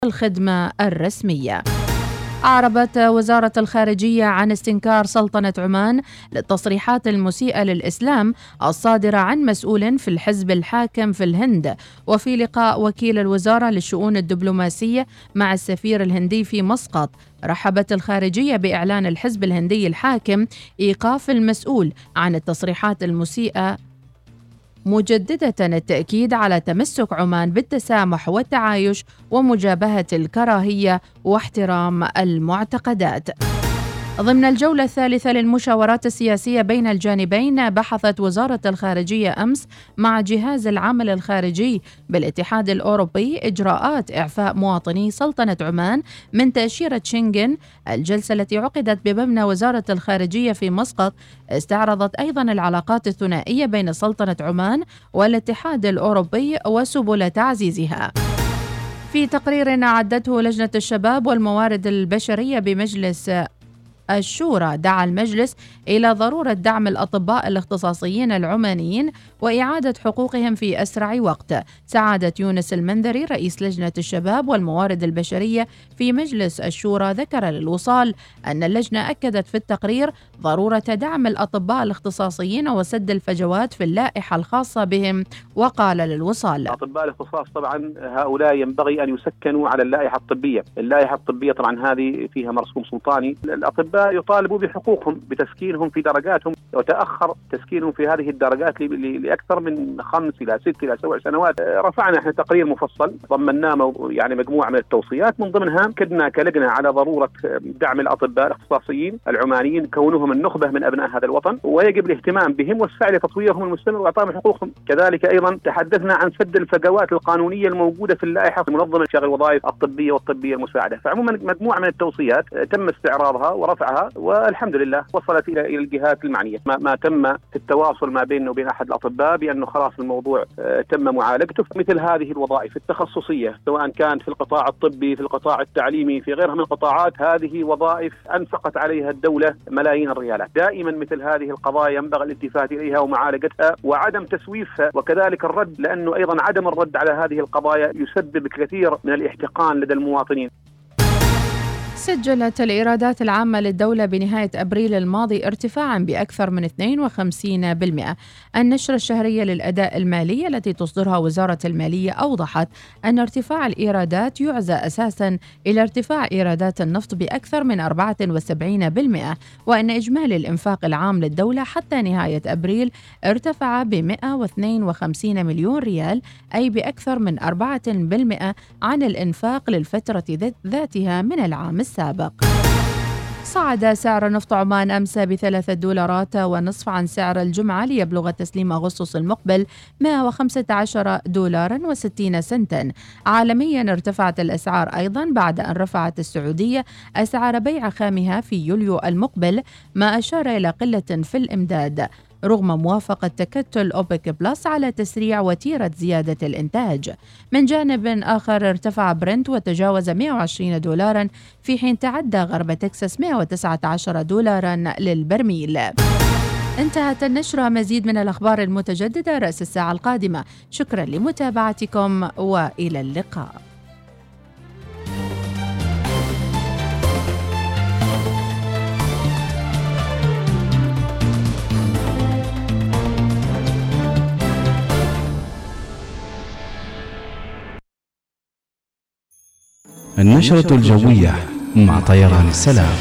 الخدمة الرسمية. أعربت وزارة الخارجية عن استنكار سلطنة عمان للتصريحات المسيئة للإسلام الصادرة عن مسؤول في الحزب الحاكم في الهند. وفي لقاء وكيل الوزارة للشؤون الدبلوماسية مع السفير الهندي في مسقط، رحبت الخارجية بإعلان الحزب الهندي الحاكم إيقاف المسؤول عن التصريحات المسيئة، مجددة التأكيد على تمسك عمان بالتسامح والتعايش ومجابهة الكراهية واحترام المعتقدات. ضمن الجولة الثالثة للمشاورات السياسية بين الجانبين، بحثت وزارة الخارجية أمس مع جهاز العمل الخارجي بالاتحاد الأوروبي إجراءات إعفاء مواطني سلطنة عمان من تأشيرة شنغن. الجلسة التي عقدت بمبنى وزارة الخارجية في مسقط استعرضت أيضا العلاقات الثنائية بين سلطنة عمان والاتحاد الأوروبي وسبل تعزيزها. في تقرير أعدته لجنة الشباب والموارد البشرية بمجلس الشورى، دعا المجلس إلى ضرورة دعم الأطباء الاختصاصيين العمانيين وإعادة حقوقهم في أسرع وقت. سعادة يونس المنذري رئيس لجنة الشباب والموارد البشرية في مجلس الشورى ذكر للوصال أن اللجنة أكدت في التقرير ضرورة دعم الأطباء الاختصاصيين وسد الفجوات في اللائحة الخاصة بهم. وقال للوصال: أطباء الاختصاص طبعا هؤلاء ينبغي أن يسكنوا على اللائحة الطبية. اللائحة الطبية طبعا هذه فيها مرسوم سلطاني. الأطباء يطالبوا بحقوقهم، بتسكينهم في درجاتهم، وتأخر تسكينهم في هذه الدرجات لأكثر من 5 إلى 6 إلى 7 سنوات. رفعنا احنا تقرير مفصل ضمناه يعني مجموعة من التوصيات، من ضمنها كدنا كلجنة على ضرورة دعم الأطباء الاختصاصيين العمانيين كونهم النخبة من أبناء هذا الوطن، ويجب الاهتمام بهم والسعي لتطويرهم المستمر وإعطائهم حقوقهم. كذلك أيضا تحدثنا عن سد الفجوات القانونية الموجودة في اللائحة في منظمة شغل الوظائف الطبية والطبية المساعدة. فعموما مجموعة من التوصيات تم استعراضها ورفعها، والحمد لله وصلت إلى الجهات المعنية. ما تم في التواصل ما بيننا وبين أحد الأطباء بأنه خلاص الموضوع تم معالجته. مثل هذه الوظائف التخصصية سواء كان في القطاع الطبي، في القطاع التعليمي، في غيرها من القطاعات، هذه وظائف أنفقت عليها الدولة ملايين الريالات. دائما مثل هذه القضايا ينبغي الالتفات إليها ومعالجتها وعدم تسويفها، وكذلك الرد، لأنه أيضا عدم الرد على هذه القضايا يسبب كثير من الاحتقان لدى المواطنين. سجلت الإيرادات العامة للدولة بنهاية أبريل الماضي ارتفاعاً بأكثر من 52%. النشرة الشهرية للأداء المالي التي تصدرها وزارة المالية أوضحت أن ارتفاع الإيرادات يعزى أساساً إلى ارتفاع إيرادات النفط بأكثر من 74%، وأن إجمالي الإنفاق العام للدولة حتى نهاية أبريل ارتفع ب152 مليون ريال، أي بأكثر من 4% عن الإنفاق للفترة ذاتها من العام السابق. صعد سعر نفط عمان أمس ب$3.5 عن سعر الجمعة ليبلغ تسليم أغسطس المقبل $115.60. عالميا ارتفعت الأسعار أيضا بعد أن رفعت السعودية أسعار بيع خامها في يوليو المقبل، ما أشار إلى قلة في الإمداد رغم موافقة تكتل أوبك بلس على تسريع وتيرة زيادة الإنتاج. من جانب آخر ارتفع برنت وتجاوز $120، في حين تعدى غرب تكساس $119 للبرميل. انتهت النشرة. مزيد من الأخبار المتجددة رأس الساعة القادمة. شكرا لمتابعتكم وإلى اللقاء. النشرة الجوية مع طيران السلام.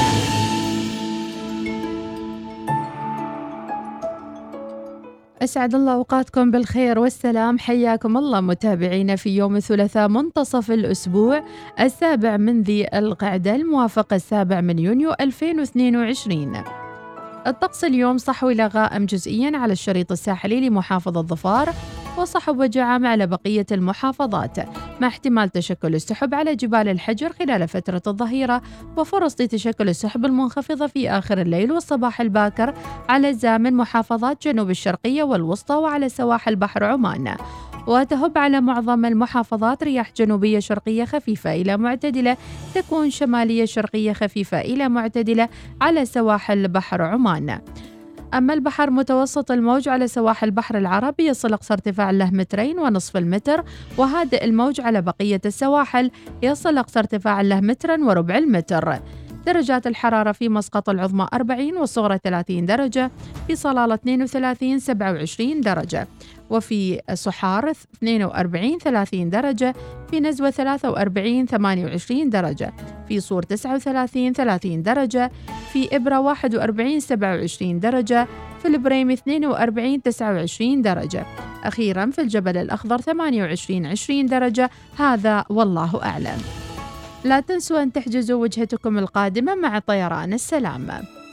أسعد الله أوقاتكم بالخير والسلام. حياكم الله متابعينا في يوم الثلاثاء منتصف الأسبوع 7 من ذي القعدة الموافق 7 من يونيو 2022. الطقس اليوم صحو إلى غائم جزئيا على الشريط الساحلي لمحافظة ظفار، وصحب وجعام على بقية المحافظات، مع احتمال تشكل السحب على جبال الحجر خلال فترة الظهيرة، وفرص لتشكل السحب المنخفضة في آخر الليل والصباح الباكر على أجزاء من محافظات جنوب الشرقية والوسطى وعلى سواحل بحر عمان. وتهب على معظم المحافظات رياح جنوبية شرقية خفيفة إلى معتدلة، تكون شمالية شرقية خفيفة إلى معتدلة على سواحل بحر عمان. أما البحر متوسط الموج على سواحل البحر العربي يصل أقصى ارتفاع له 2.5 متر، وهادئ الموج على بقية السواحل يصل أقصى ارتفاع له 1.25 متر. درجات الحرارة في مسقط العظمى 40 والصغرى 30 درجة، في صلالة 32 27 درجة، وفي صحار 42 30 درجة، في نزوة 43 28 درجة، في صور 39 30 درجة، في إبرة 41 27 درجة، في البريم 42 29 درجة، أخيراً في الجبل الأخضر 28 20 درجة. هذا والله أعلم. لا تنسوا أن تحجزوا وجهتكم القادمة مع طيران السلام.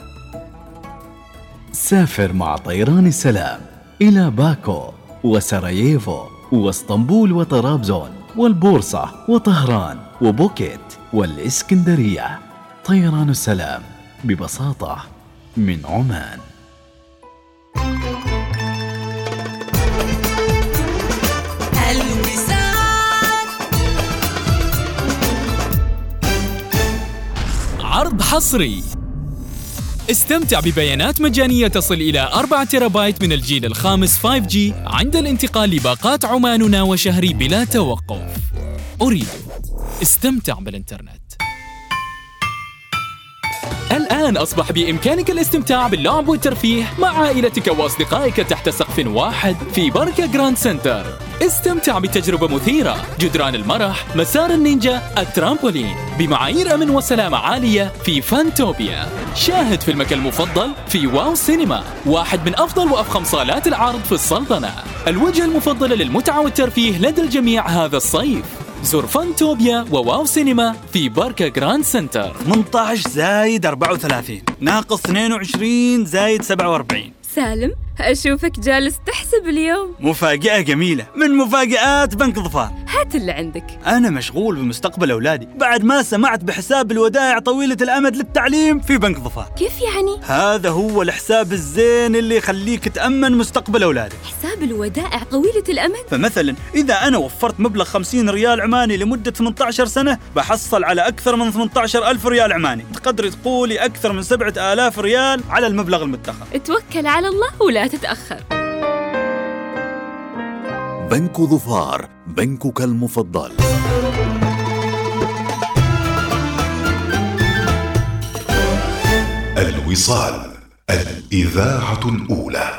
سافر مع طيران السلام إلى باكو وسراييفو واسطنبول وطرابزون والبورصة وطهران وبوكيت والإسكندرية. طيران السلام، ببساطة من عمان. عرض حصري. استمتع ببيانات مجانية تصل إلى 4 تيرابايت من الجيل الخامس 5G عند الانتقال لباقات عماننا وشهري بلا توقف. أريد استمتع بالإنترنت. الآن أصبح بإمكانك الاستمتاع باللعب والترفيه مع عائلتك وأصدقائك تحت سقف واحد في بركة جراند سنتر. استمتع بتجربة مثيرة، جدران المرح، مسار النينجا، الترامبولين، بمعايير أمن وسلامة عالية في فانتوبيا. شاهد فيلمك المفضل في واو سينما، واحد من أفضل وأفخم صالات العرض في السلطنة، الوجهة المفضلة للمتعة والترفيه لدى الجميع هذا الصيف. زور فانتوبيا وواو سينما في باركا جراند سنتر. 18 زايد 34 ناقص 22 زايد 47. سالم، أشوفك جالس تحسب اليوم. مفاجأة جميلة من مفاجآت بنك ظفار. هات اللي عندك. أنا مشغول بمستقبل أولادي بعد ما سمعت بحساب الودائع طويلة الأمد للتعليم في بنك ظفار. كيف يعني؟ هذا هو الحساب الزين اللي يخليك تأمن مستقبل أولادك. حساب الودائع طويلة الأمد؟ فمثلا إذا أنا وفرت مبلغ 50 ريال عماني لمدة 18 سنة بحصل على أكثر من 18,000 ريال عماني، تقدر تقولي أكثر من 7,000 ريال على المبلغ المدخر. اتوكل على الله ولا تتأخر. بنك ظفار، بنكك المفضل. الوصال، الإذاعة الأولى.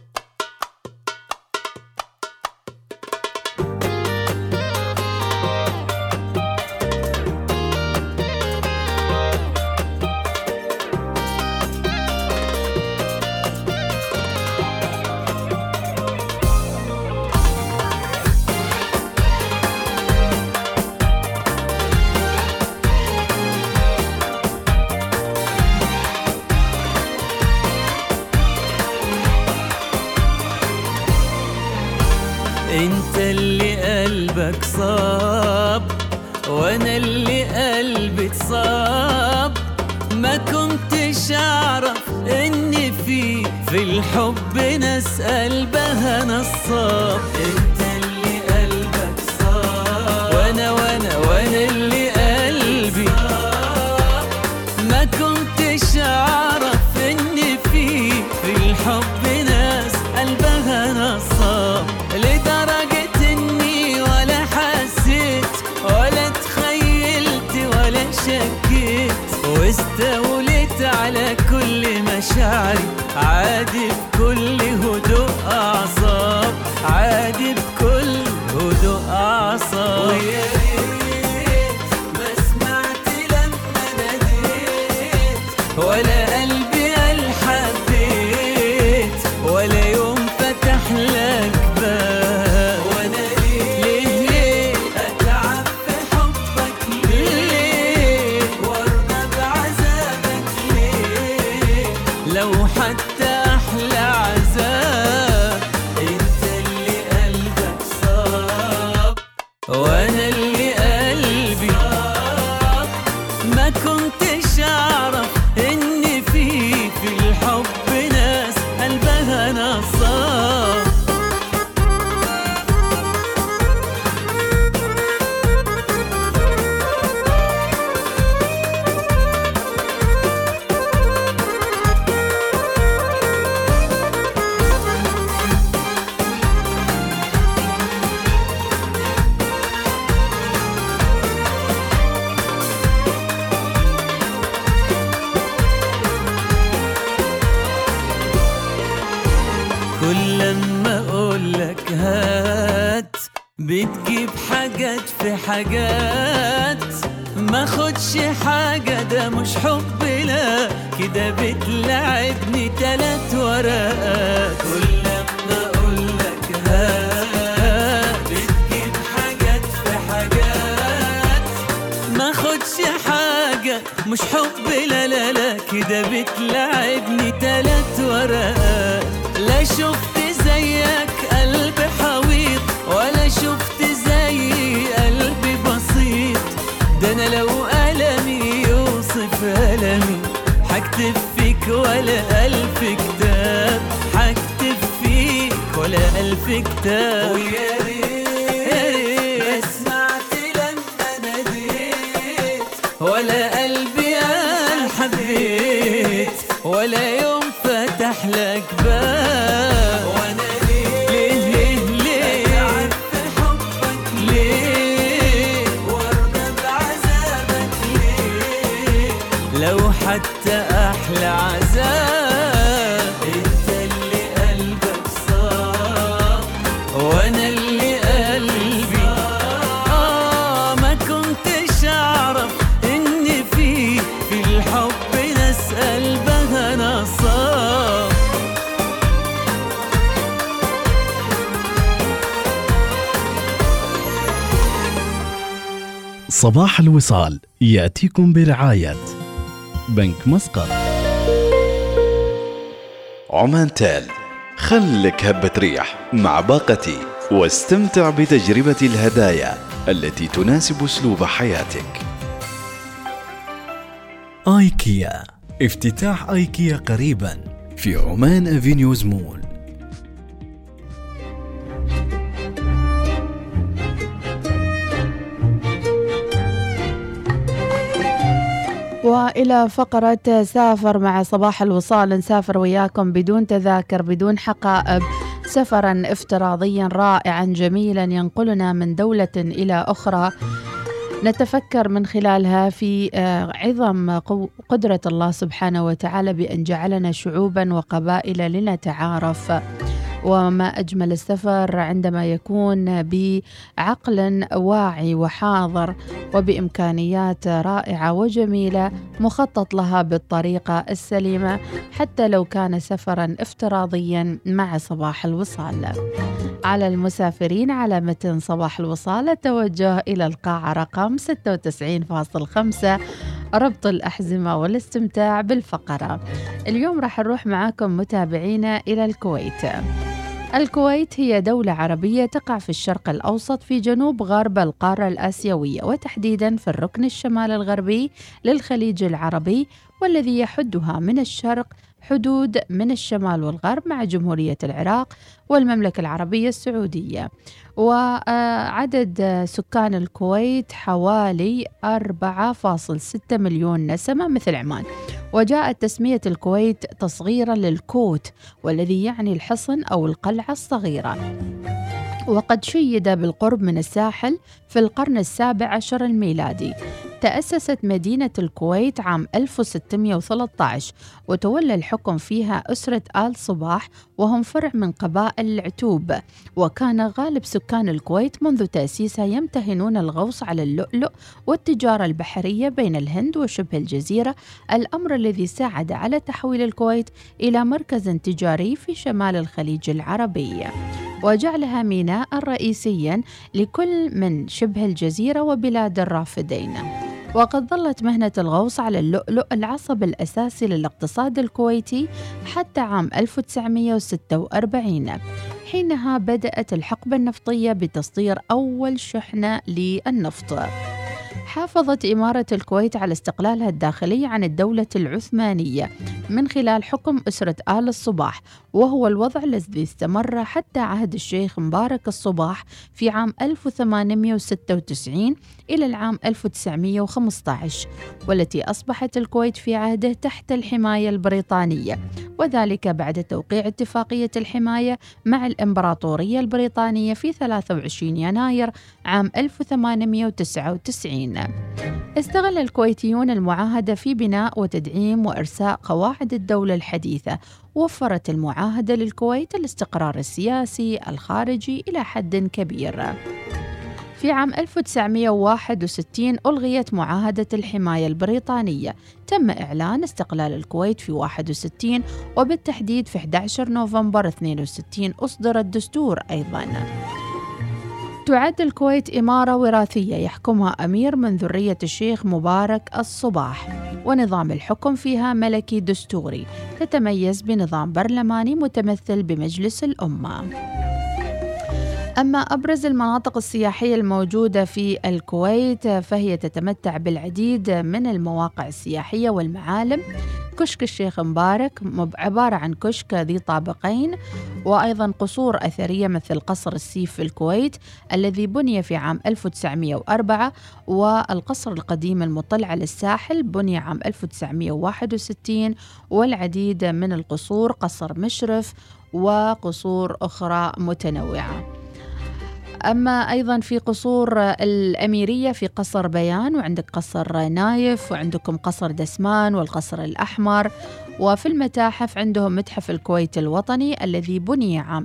انت اللي قلبك صاب وانا اللي قلبي اتصاب، ما كنتش اعرف ان في الحب ناس قلبها نصاب. انت اللي قلبك صاب وانا اللي قلبي صاب، ما كنتش اعرف ان في الحب ناس قلبها نصاب، لدرجة اني ولا حسيت ولا تخيلت ولا شكيت، واستوليت على كل مشاعري عادي بكل هدوء أعصاب، عادي بكل هدوء أعصاب. ويا ريت ما سمعت لما ناديت، ولا قلبي قال حبيت، ولا يوم فتح لك باب، وانا ليه اتعب في حبك، ليه وارضى بعذابك، ليه لو حتى احلى حاجات ما خدش حاجة، ده مش حب لا، كده بتلعبني 3 ورقات. كل لما اقولك هات بتجيب حاجات في حاجات، ما خدش حاجة مش حب لا لا لا، كده بتلعبني 3 ورقات. لا شفت زيك قلب حويط، ولا شفت زي قلبي بسيط، ده انا لو قلمي يوصف ألمي حكتب فيك ولا 1000 كتاب، حكتب فيك ولا 1000 كتاب. ويا ريت ما سمعت لما ناديت، ولا قلبي قال حبيت، ولا يوم فتح لك باب. وانا ليه ليه عارف حبك ليه، وارضى بعذابك ليه، لو حتى احلى عذاب. انت اللي قلبك صاب، وانا اللي قلبي ما كنتش اعرف ان في الحب ناس قلبها نصاب. صباح الوصال يأتيكم برعاية بنك مسقط. عمان تال، خلك هبة ريح مع باقتي واستمتع بتجربة الهدايا التي تناسب أسلوب حياتك. آيكيا، افتتاح آيكيا قريبا في عمان أفينيوز مول. وإلى فقرة سافر مع صباح الوصال، نسافر وياكم بدون تذاكر بدون حقائب، سفرا افتراضيا رائعا جميلا ينقلنا من دولة إلى أخرى، نتفكر من خلالها في عظم قدرة الله سبحانه وتعالى بأن جعلنا شعوبا وقبائل لنتعارف. وما أجمل السفر عندما يكون بعقل واعي وحاضر وبإمكانيات رائعة وجميلة مخطط لها بالطريقة السليمة، حتى لو كان سفرا افتراضيا مع صباح الوصال. على المسافرين على متن صباح الوصال التوجه إلى القاعة رقم 96.5 ربط الأحزمة والاستمتاع بالفقرة. اليوم راح نروح معاكم متابعينا إلى الكويت. الكويت هي دولة عربية تقع في الشرق الأوسط في جنوب غرب القارة الآسيوية، وتحديدا في الركن الشمال الغربي للخليج العربي، والذي يحدها من الشرق حدود من الشمال والغرب مع جمهورية العراق والمملكة العربية السعودية. وعدد سكان الكويت حوالي 4.6 مليون نسمة مثل عمان. وجاءت تسمية الكويت تصغيرا للكوت، والذي يعني الحصن أو القلعة الصغيرة، وقد شيد بالقرب من الساحل في القرن 17 الميلادي. تأسست مدينة الكويت عام 1613، وتولى الحكم فيها أسرة آل صباح، وهم فرع من قبائل العتوب. وكان غالب سكان الكويت منذ تأسيسها يمتهنون الغوص على اللؤلؤ والتجارة البحرية بين الهند وشبه الجزيرة، الأمر الذي ساعد على تحويل الكويت إلى مركز تجاري في شمال الخليج العربي، وجعلها ميناء رئيسيا لكل من شبه الجزيرة وبلاد الرافدين. وقد ظلت مهنة الغوص على اللؤلؤ العصب الأساسي للاقتصاد الكويتي حتى عام 1946، حينها بدأت الحقبة النفطية بتصدير أول شحنة للنفط. حافظت إمارة الكويت على استقلالها الداخلي عن الدولة العثمانية من خلال حكم أسرة آل الصباح، وهو الوضع الذي استمر حتى عهد الشيخ مبارك الصباح في عام 1896 إلى العام 1915، والتي أصبحت الكويت في عهده تحت الحماية البريطانية، وذلك بعد توقيع اتفاقية الحماية مع الإمبراطورية البريطانية في 23 يناير عام 1899. استغل الكويتيون المعاهدة في بناء وتدعيم وإرساء قواعد الدولة الحديثة. وفرت المعاهدة للكويت الاستقرار السياسي الخارجي إلى حد كبير. في عام 1961 ألغيت معاهدة الحماية البريطانية. تم إعلان استقلال الكويت في 61، وبالتحديد في 11 نوفمبر 62 أصدر الدستور أيضاً. تعد الكويت إمارة وراثية يحكمها أمير من ذرية الشيخ مبارك الصباح، ونظام الحكم فيها ملكي دستوري، تتميز بنظام برلماني متمثل بمجلس الأمة. أما أبرز المناطق السياحية الموجودة في الكويت فهي تتمتع بالعديد من المواقع السياحية والمعالم. كشك الشيخ مبارك عبارة عن كشك ذي طابقين، وأيضا قصور أثرية مثل قصر السيف في الكويت الذي بني في عام 1904، والقصر القديم المطل على الساحل بني عام 1961، والعديد من القصور قصر مشرف وقصور أخرى متنوعة. أما أيضا في قصور الأميرية في قصر بيان، وعندك قصر نايف، وعندكم قصر دسمان والقصر الأحمر. وفي المتاحف عندهم متحف الكويت الوطني الذي بني عام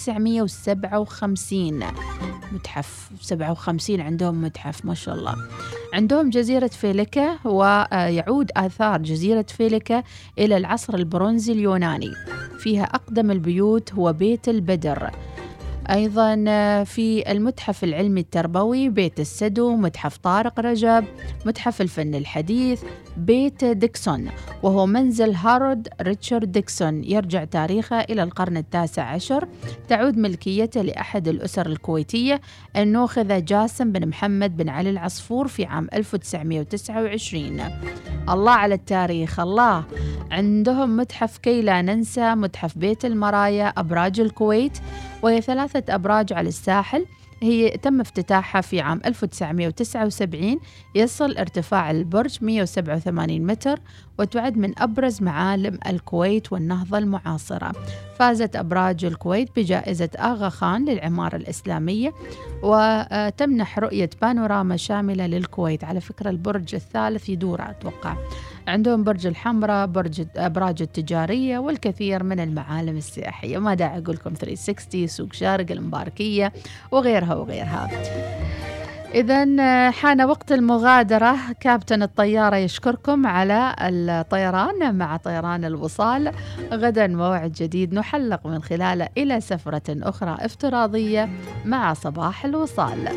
1957. متحف 57 عندهم متحف ما شاء الله. عندهم جزيرة فيليكا، ويعود آثار جزيرة فيليكا إلى العصر البرونزي اليوناني. فيها أقدم البيوت هو بيت البدر. أيضا في المتحف العلمي التربوي بيت السدو، متحف طارق رجب، متحف الفن الحديث، بيت ديكسون وهو منزل هارود ريتشارد ديكسون يرجع تاريخه إلى القرن ال19، تعود ملكيته لأحد الأسر الكويتية النوخذة جاسم بن محمد بن علي العصفور في عام 1929. الله على التاريخ الله. عندهم متحف كي لا ننسى، متحف بيت المرايا، أبراج الكويت، وهي 3 أبراج على الساحل. هي تم افتتاحها في عام 1979، يصل ارتفاع البرج 187 متر، وتعد من أبرز معالم الكويت والنهضة المعاصرة. فازت أبراج الكويت بجائزة آغا خان للعمارة الإسلامية، وتمنح رؤية بانوراما شاملة للكويت. على فكرة البرج الثالث يدور أتوقع. عندهم برج الحمراء، أبراج التجارية، والكثير من المعالم السياحية. ما داعي أقول لكم 360، سوق شارق، المباركية، وغيرها وغيرها. إذن حان وقت المغادرة. كابتن الطيارة يشكركم على الطيران مع طيران الوصال. غدا موعد جديد نحلق من خلاله إلى سفرة أخرى افتراضية مع صباح الوصال.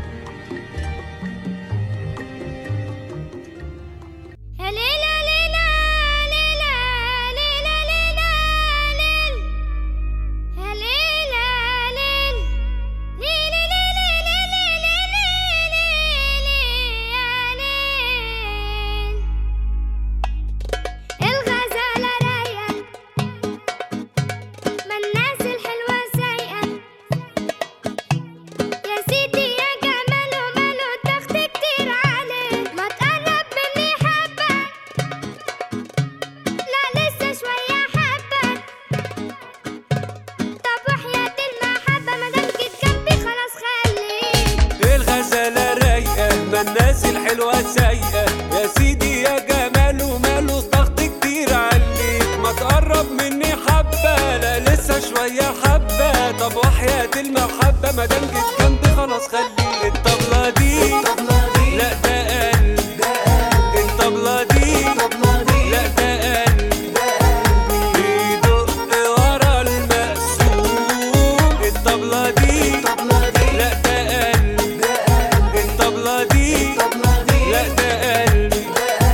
الناس الحلوة سايقة يا سيدي يا جمال وماله ضغط كتير عليك، ما تقرب مني حبة لا لسه شوية حبة، طب وحياة المحبة ما دام جيت جنبي خلاص خليك. الطبلة دي لا ده قلب، الطبلة دي لا ده قلب بيدق ورا المقسوم. الطبلة دي لا ده قلب، الطبلة دي لا ده قلب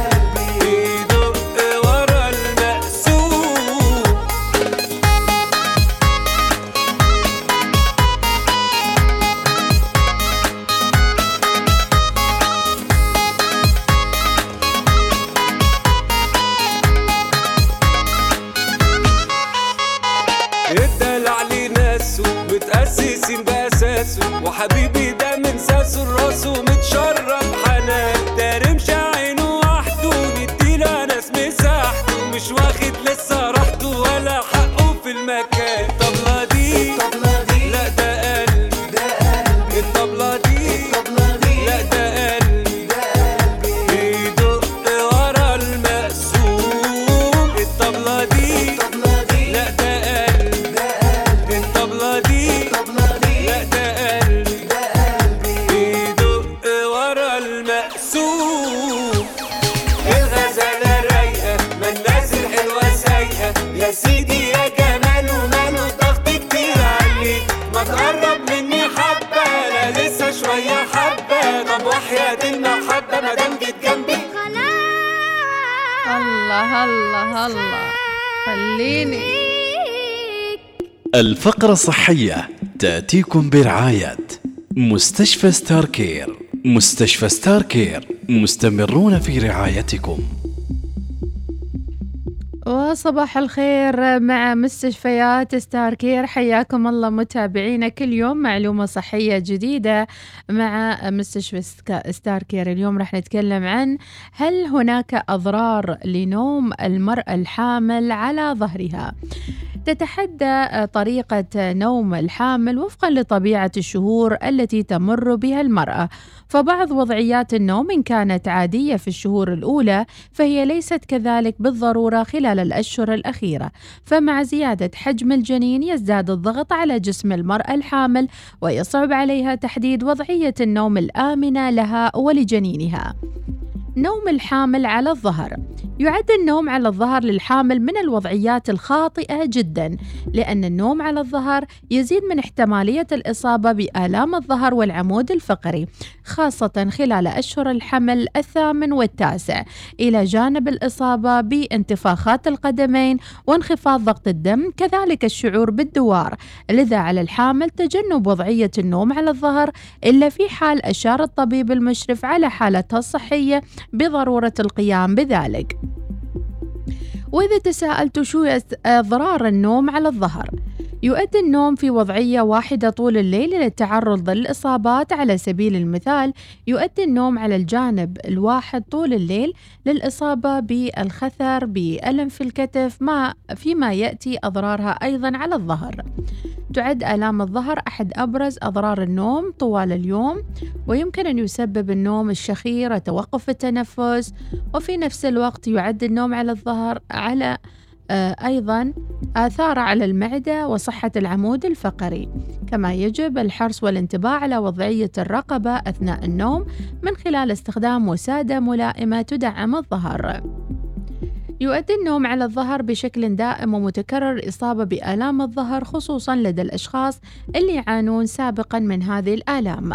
تسوق. الغزالة رايقة ما الناس الحلوة سايقة، يا سيدي يا جمال وماله ضغط كتير عليك، ما تقرب مني حبة أنا لسه شوية حبة، طب وحياة المحبة مادام جيت جنبي الله الله الله خليني. الفقرة الصحية تأتيكم برعاية مستشفى ستار كير. مستشفى ستار كير مستمرون في رعايتكم. وصباح الخير مع مستشفيات ستار كير. حياكم الله متابعينا، كل يوم معلومة صحية جديدة مع مستشفى ستار كير. اليوم رح نتكلم عن هل هناك أضرار لنوم المرأة الحامل على ظهرها. تتحدى طريقة نوم الحامل وفقا لطبيعة الشهور التي تمر بها المرأة، فبعض وضعيات النوم إن كانت عادية في الشهور الأولى فهي ليست كذلك بالضرورة خلال الأشهر الأخيرة، فمع زيادة حجم الجنين يزداد الضغط على جسم المرأة الحامل ويصعب عليها تحديد وضعية النوم الآمنة لها ولجنينها. نوم الحامل على الظهر. يعد النوم على الظهر للحامل من الوضعيات الخاطئة جدا، لأن النوم على الظهر يزيد من احتمالية الإصابة بآلام الظهر والعمود الفقري، خاصة خلال أشهر الحمل 8 و9، إلى جانب الإصابة بانتفاخات القدمين وانخفاض ضغط الدم، كذلك الشعور بالدوار. لذا على الحامل تجنب وضعية النوم على الظهر إلا في حال أشار الطبيب المشرف على حالتها الصحية بضرورة القيام بذلك. وإذا تساءلت شو أضرار النوم على الظهر، يؤدي النوم في وضعية واحدة طول الليل إلى التعرض للإصابات. على سبيل المثال يؤدي النوم على الجانب الواحد طول الليل للإصابة بالخثر، بألم في الكتف، فيما يأتي أضرارها أيضا على الظهر. تعد آلام الظهر أحد أبرز أضرار النوم طوال اليوم، ويمكن أن يسبب النوم الشخير وتوقف التنفس، وفي نفس الوقت يعد النوم على الظهر على أيضا آثار على المعدة وصحة العمود الفقري. كما يجب الحرص والانتباه على وضعية الرقبة أثناء النوم من خلال استخدام وسادة ملائمة تدعم الظهر. يؤدي النوم على الظهر بشكل دائم ومتكرر إصابة بآلام الظهر، خصوصا لدى الأشخاص اللي يعانون سابقا من هذه الآلام.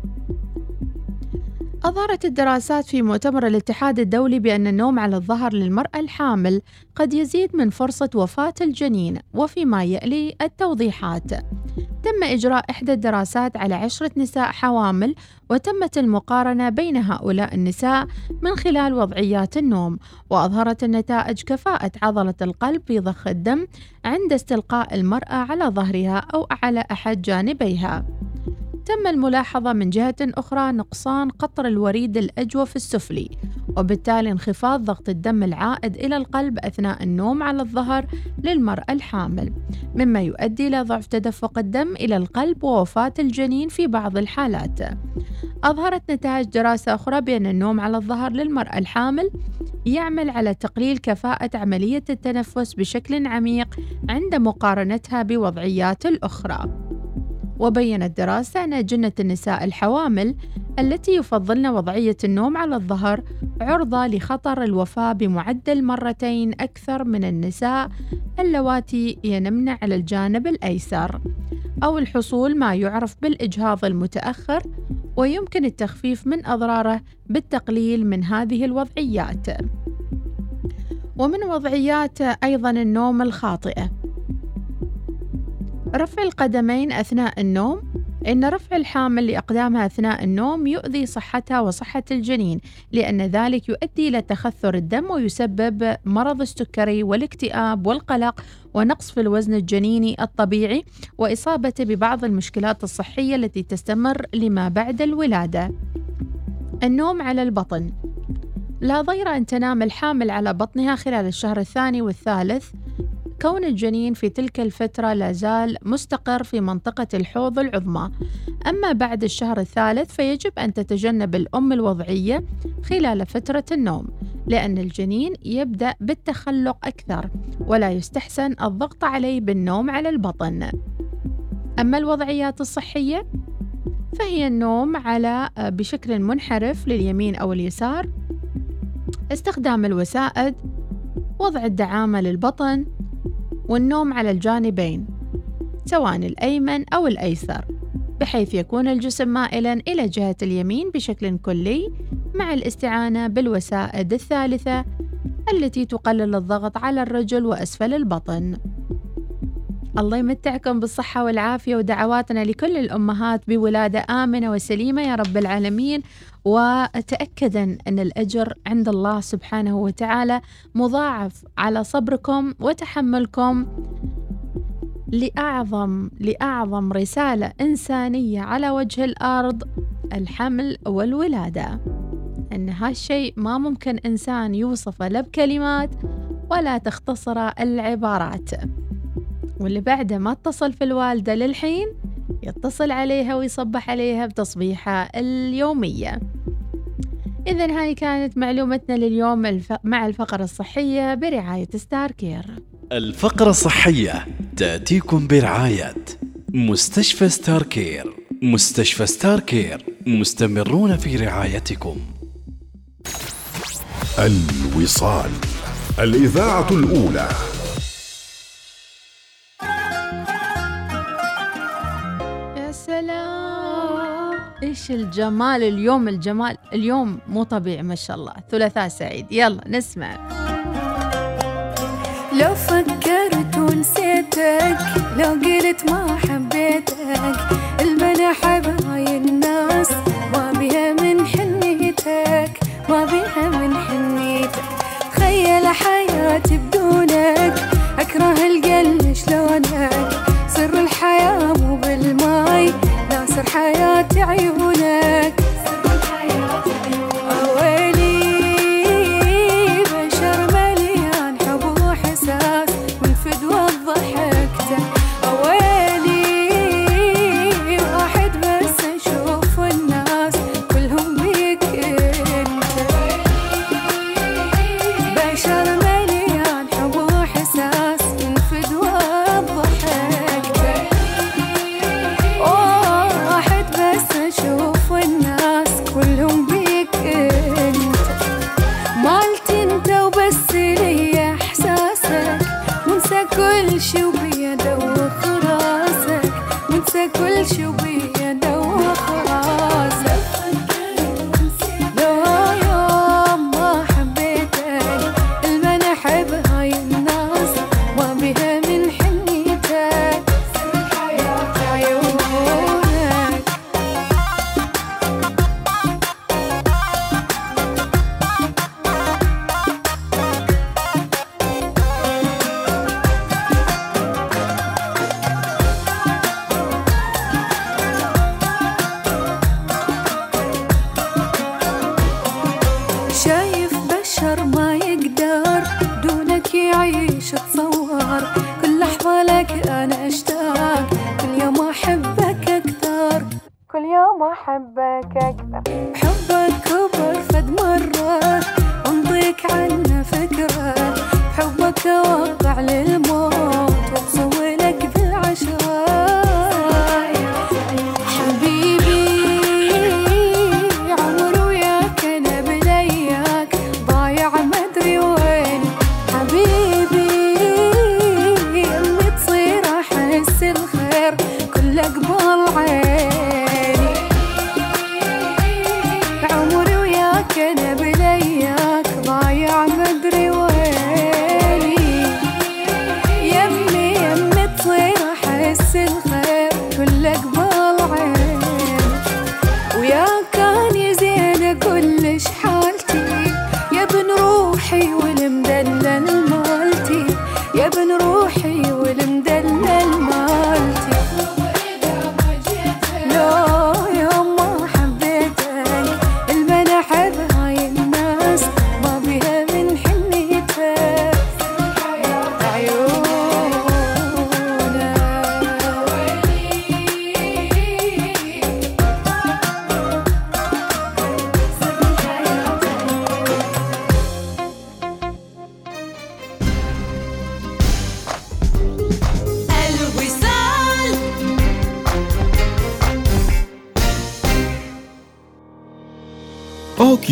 أظهرت الدراسات في مؤتمر الاتحاد الدولي بأن النوم على الظهر للمرأة الحامل قد يزيد من فرصة وفاة الجنين، وفيما يلي التوضيحات. تم إجراء إحدى الدراسات على 10 نساء حوامل، وتمت المقارنة بين هؤلاء النساء من خلال وضعيات النوم، وأظهرت النتائج كفاءة عضلة القلب في ضخ الدم عند استلقاء المرأة على ظهرها أو على أحد جانبيها. تم الملاحظة من جهة أخرى نقصان قطر الوريد الأجوف السفلي، وبالتالي انخفاض ضغط الدم العائد إلى القلب أثناء النوم على الظهر للمرأة الحامل، مما يؤدي إلى ضعف تدفق الدم إلى القلب ووفاة الجنين في بعض الحالات. أظهرت نتائج دراسة أخرى بأن النوم على الظهر للمرأة الحامل يعمل على تقليل كفاءة عملية التنفس بشكل عميق عند مقارنتها بوضعيات الأخرى. وبينت دراسة أن أجنة النساء الحوامل التي يفضلن وضعية النوم على الظهر عرضة لخطر الوفاة بمعدل 2 أكثر من النساء اللواتي ينمن على الجانب الأيسر، أو الحصول ما يعرف بالإجهاض المتأخر، ويمكن التخفيف من أضراره بالتقليل من هذه الوضعيات. ومن وضعيات أيضا النوم الخاطئة رفع القدمين أثناء النوم. إن رفع الحامل لأقدامها أثناء النوم يؤذي صحتها وصحة الجنين، لأن ذلك يؤدي إلى تخثر الدم ويسبب مرض السكري والاكتئاب والقلق ونقص في الوزن الجنيني الطبيعي، وإصابته ببعض المشكلات الصحية التي تستمر لما بعد الولادة. النوم على البطن. لا ضير أن تنام الحامل على بطنها خلال الشهر الثاني والثالث، كون الجنين في تلك الفترة لا زال مستقر في منطقة الحوض العظمى. أما بعد الشهر الثالث فيجب أن تتجنب الأم الوضعية خلال فترة النوم، لأن الجنين يبدأ بالتخلق أكثر، ولا يستحسن الضغط عليه بالنوم على البطن. أما الوضعيات الصحية، فهي النوم على بشكل منحرف لليمين أو اليسار، استخدام الوسائد، وضع الدعامة للبطن، والنوم على الجانبين سواء الأيمن أو الأيسر، بحيث يكون الجسم مائلاً إلى جهة اليمين بشكل كلي، مع الاستعانة بالوسائد الثالثة التي تقلل الضغط على الرجل وأسفل البطن. الله يمتعكم بالصحة والعافية، ودعواتنا لكل الأمهات بولادة آمنة وسليمة يا رب العالمين. وتأكداً أن الأجر عند الله سبحانه وتعالى مضاعف على صبركم وتحملكم لأعظم رسالة إنسانية على وجه الأرض، الحمل والولادة. أن هالشيء ما ممكن إنسان يوصفه لا بكلمات ولا تختصر العبارات. واللي بعده ما اتصل في الوالدة للحين يتصل عليها ويصبح عليها بتصبيحة اليومية. إذن هاي كانت معلومتنا لليوم مع الفقرة الصحية برعاية ستار كير. الفقرة الصحية تأتيكم برعاية مستشفى ستار كير. مستشفى ستار كير مستمرون في رعايتكم. الوصال، الإذاعة الأولى. يا سلام، إيش الجمال اليوم، الجمال اليوم مو طبيعي ما شاء الله. ثلاثاء سعيد، يلا نسمع. لو فكرت ونسيتك، لو قلت ما حبيتك، البلا حباي الناس ما بيها من حنيتك، ما بيها من حنيتك. تخيل حياتي بدونك، أكره القلب شلونك، سر الحياة مو بالماي، ناصر حياتي عيونك. واحد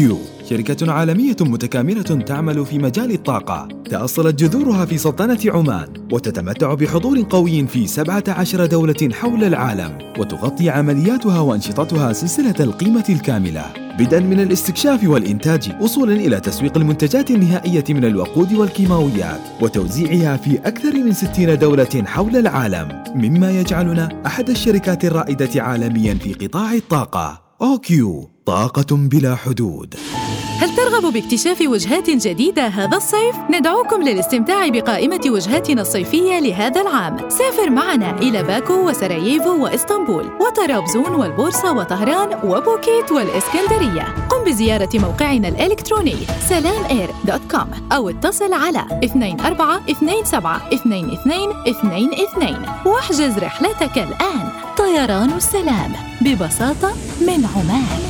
أوكيو شركة عالمية متكاملة تعمل في مجال الطاقة، تأصلت جذورها في سلطنة عمان، وتتمتع بحضور قوي في 17 دولة حول العالم، وتغطي عملياتها وأنشطتها سلسلة القيمة الكاملة، بدءاً من الاستكشاف والإنتاج وصولاً إلى تسويق المنتجات النهائية من الوقود والكيماويات، وتوزيعها في أكثر من 60 دولة حول العالم، مما يجعلنا أحد الشركات الرائدة عالمياً في قطاع الطاقة. أوكيو، طاقة بلا حدود. هل ترغب باكتشاف وجهات جديدة هذا الصيف؟ ندعوكم للاستمتاع بقائمة وجهاتنا الصيفية لهذا العام. سافر معنا إلى باكو وسراييفو وإسطنبول وطرابزون والبورصة وطهران وبوكيت والإسكندرية. قم بزيارة موقعنا الإلكتروني salamair.com أو اتصل على 24272222 واحجز رحلتك الآن. طيران السلام، ببساطة من عمان.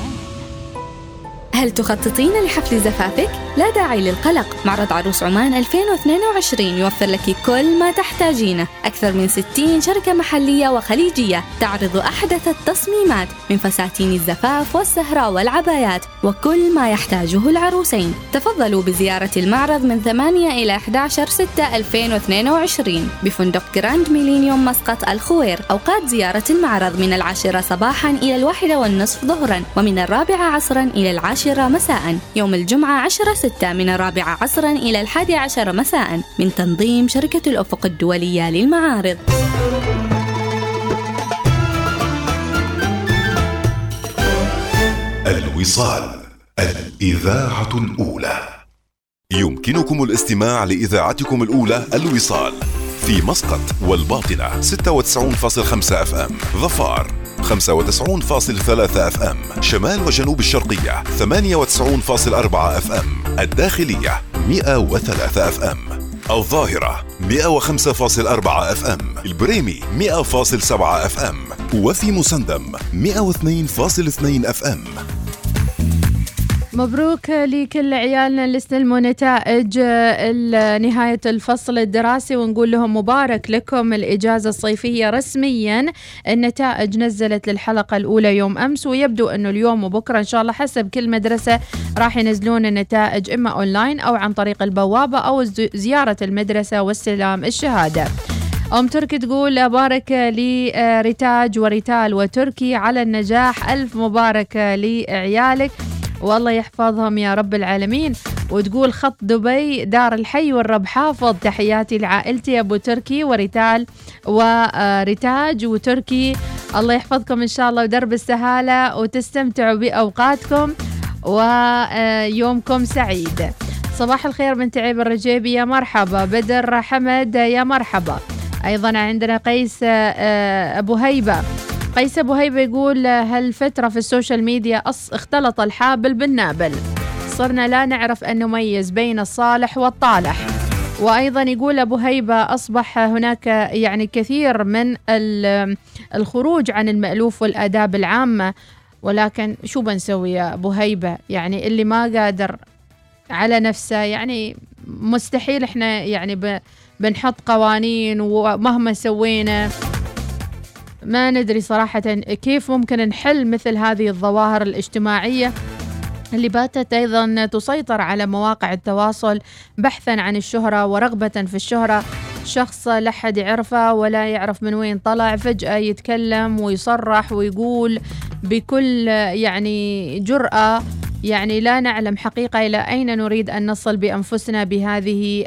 هل تخططين لحفل زفافك؟ لا داعي للقلق، معرض عروس عمان 2022 يوفر لك كل ما تحتاجينه. أكثر من 60 شركة محلية وخليجية تعرض أحدث التصميمات من فساتين الزفاف والسهرة والعبايات وكل ما يحتاجه العروسين. تفضلوا بزيارة المعرض من 8 إلى 11/6/2022 بفندق جراند ميلينيوم مسقط الخوير. أوقات زيارة المعرض من 10 صباحا إلى 1:30 ظهرا، ومن 4 عصرا إلى 10 مساء. يوم الجمعة 10/6 من 4 عصرا إلى 11 مساء، من تنظيم شركة الأفق الدولية للمعارض. الوصال، الإذاعة الأولى. يمكنكم الاستماع لإذاعتكم الأولى الوصال في مسقط والباطنة 96.5 FM، ظفار 95.3 FM، شمال وجنوب الشرقية 98.4 FM، الداخلية 103 FM، الظاهرة 105.4 FM، البريمي 100.7 FM، وفي مسندم 102.2 FM. مبروك لكل عيالنا اللي استلموا نتائج نهاية الفصل الدراسي، ونقول لهم مبارك لكم الإجازة الصيفية. رسميا النتائج نزلت للحلقة الأولى يوم أمس، ويبدو أنه اليوم وبكرة إن شاء الله حسب كل مدرسة راح ينزلون النتائج إما أونلاين أو عن طريق البوابة أو زيارة المدرسة واستلام الشهادة. أم تركي تقول بارك لريتاج وريتال وتركي على النجاح، ألف مبارك لعيالك والله يحفظهم يا رب العالمين. وتقول خط دبي دار الحي والرب حافظ، تحياتي لعائلتي أبو تركي وريتال وريتاج وتركي، الله يحفظكم إن شاء الله ودرب السهالة وتستمتعوا بأوقاتكم ويومكم سعيد. صباح الخير من تعيب الرجيبي، يا مرحبا. بدر حمد يا مرحبا. أيضا عندنا قيس أبو هيبة. قيس أبو هيبة يقول هالفترة في السوشيال ميديا اختلط الحابل بالنابل، صرنا لا نعرف أن نميز بين الصالح والطالح. وأيضا يقول أبو هيبة أصبح هناك يعني كثير من الخروج عن المألوف والآداب العامة، ولكن شو بنسوي يا أبو هيبة؟ يعني اللي ما قادر على نفسه يعني مستحيل إحنا يعني بنحط قوانين، ومهما سوينا ما ندري صراحة كيف ممكن نحل مثل هذه الظواهر الاجتماعية اللي باتت أيضا تسيطر على مواقع التواصل بحثا عن الشهرة ورغبة في الشهرة. شخص لا حد يعرفه ولا يعرف من وين طلع، فجأة يتكلم ويصرح ويقول بكل يعني جرأة، يعني لا نعلم حقيقة إلى أين نريد أن نصل بأنفسنا بهذه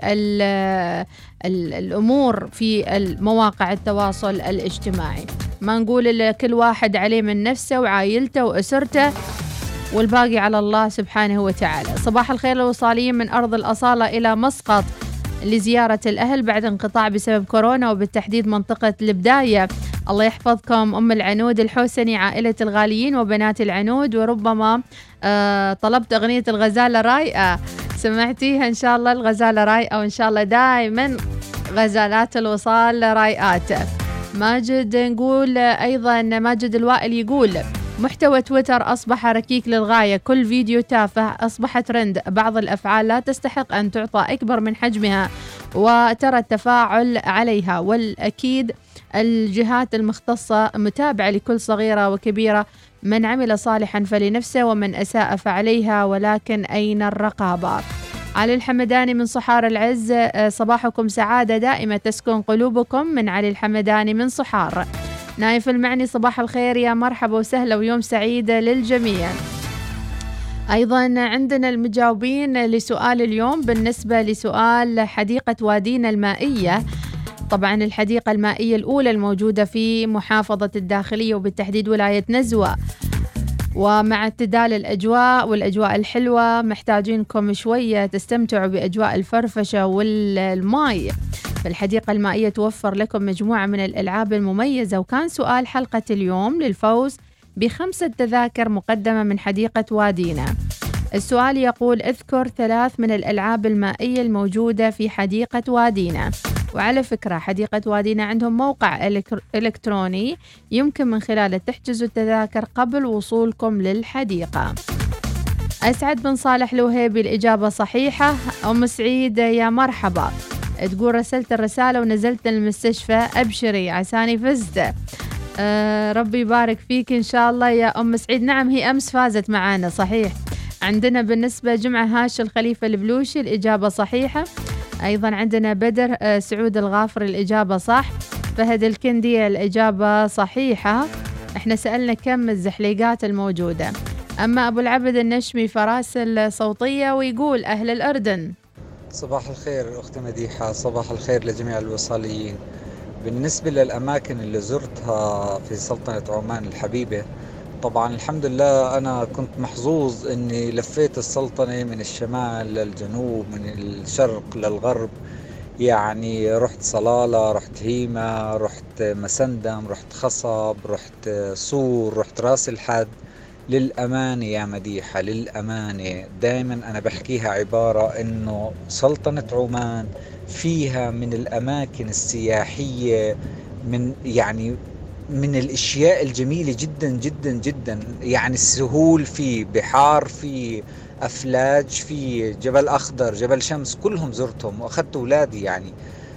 الأمور في المواقع التواصل الاجتماعي. ما نقول كل واحد عليه من نفسه وعائلته وأسرته، والباقي على الله سبحانه وتعالى. صباح الخير الوصاليين من أرض الأصالة إلى مسقط لزيارة الأهل بعد انقطاع بسبب كورونا، وبالتحديد منطقة البداية. الله يحفظكم أم العنود الحوسني، عائلة الغاليين وبنات العنود. وربما طلبت أغنية الغزالة رايقة، سمعتيها إن شاء الله؟ الغزالة رايقة، وإن شاء الله دائما غزالات الوصال رايقات. ماجد نقول أيضا، ماجد الوائل يقول محتوى تويتر أصبح ركيك للغاية، كل فيديو تافه أصبح ترند، بعض الأفعال لا تستحق أن تعطى أكبر من حجمها وترى التفاعل عليها، والأكيد الجهات المختصة متابعة لكل صغيرة وكبيرة من عمل صالحا فلنفسه ومن أساء فعليها، ولكن أين الرقابة؟ علي الحمداني من صحار العز، صباحكم سعادة دائمة تسكن قلوبكم، من علي الحمداني من صحار. نايف المعني، صباح الخير يا مرحبا وسهلا ويوم سعيد للجميع. أيضا عندنا المجاوبين لسؤال اليوم بالنسبة لسؤال حديقة وادينا المائية. طبعا الحديقة المائية الأولى الموجودة في محافظة الداخلية وبالتحديد ولاية نزوة، ومع اعتدال الأجواء والأجواء الحلوة محتاجينكم شوية تستمتعوا بأجواء الفرفشة والماء. فالحديقة المائية توفر لكم مجموعة من الألعاب المميزة، وكان سؤال حلقة اليوم للفوز ب5 تذاكر مقدمة من حديقة وادينا. السؤال يقول: اذكر 3 من الألعاب المائية الموجودة في حديقة وادينا. وعلى فكرة حديقة وادينا عندهم موقع إلكتروني يمكن من خلاله تحجزوا التذاكر قبل وصولكم للحديقة. أسعد بن صالح الوهيبي، الإجابة صحيحة. أم سعيد يا مرحبا، تقول رسلت الرسالة ونزلت المستشفى، أبشري عساني فزت. ربي يبارك فيك إن شاء الله يا أم سعيد. نعم هي أمس فازت معانا صحيح. عندنا بالنسبة جمعة هاش الخليفة البلوشي، الإجابة صحيحة. أيضا عندنا بدر سعود الغافر، الإجابة صح. فهد الكندي، الإجابة صحيحة. احنا سألنا كم الزحليقات الموجودة. أما أبو العبد النشمي فراسل صوتية ويقول: أهل الأردن. صباح الخير أختي مديحة، صباح الخير لجميع الوصاليين. بالنسبة للأماكن اللي زرتها في سلطنة عمان الحبيبة، طبعا الحمد لله أنا كنت محظوظ أني لفيت السلطنة من الشمال للجنوب، من الشرق للغرب. يعني رحت صلالة، رحت هيمة، رحت مسندم، رحت خصب، رحت صور، رحت راس الحد. للأمانة يا مديحة، للأمانة دائما أنا بحكيها عبارة أنه سلطنة عمان فيها من الأماكن السياحية من الاشياء الجميله جدا جدا جدا. يعني السهول، في بحار، في افلاج، في جبل اخضر، جبل شمس، كلهم زرتهم واخذت اولادي. يعني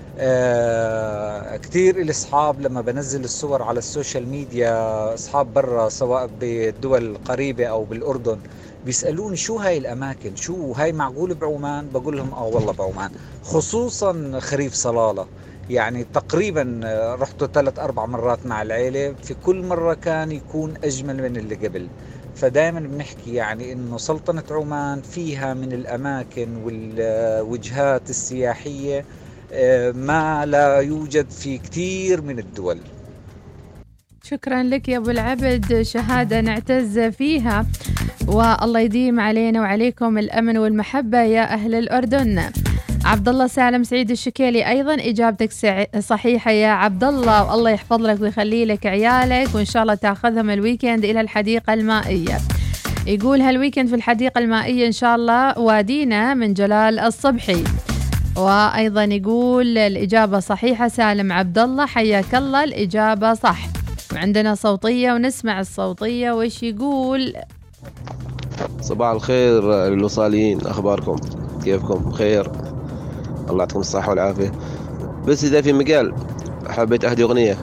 كتير إلي اصحاب لما بنزل الصور على السوشيال ميديا، اصحاب برا سواء بالدول القريبه او بالاردن، بيسالوني شو هاي الاماكن، شو هاي معقول بعمان؟ بقول لهم والله بعمان، خصوصا خريف صلاله. يعني تقريبا رحت 3-4 مرات مع العيلة، في كل مرة كان يكون أجمل من اللي قبل. فدائما بنحكي يعني إنه سلطنة عمان فيها من الأماكن والوجهات السياحية ما لا يوجد في كتير من الدول. شكرا لك يا أبو العبد، شهادة نعتز فيها، والله يديم علينا وعليكم الأمن والمحبة يا أهل الأردن. عبد الله سالم سعيد الشكيلي، أيضا إجابتك صحيحة يا عبد الله، والله يحفظ لك ويخلي لك عيالك، وإن شاء الله تأخذهم الويكند إلى الحديقة المائية. يقول هالويكند في الحديقة المائية إن شاء الله وادينا من جلال الصبحي. وأيضا يقول الإجابة صحيحة سالم عبد الله، حياك الله، الإجابة صح. وعندنا صوتية ونسمع الصوتية وإيش يقول. صباح الخير للوصاليين، أخباركم كيفكم؟ خير، الله يعطيكم الصحة والعافية. بس إذا في مجال حبيت أهدي أغنية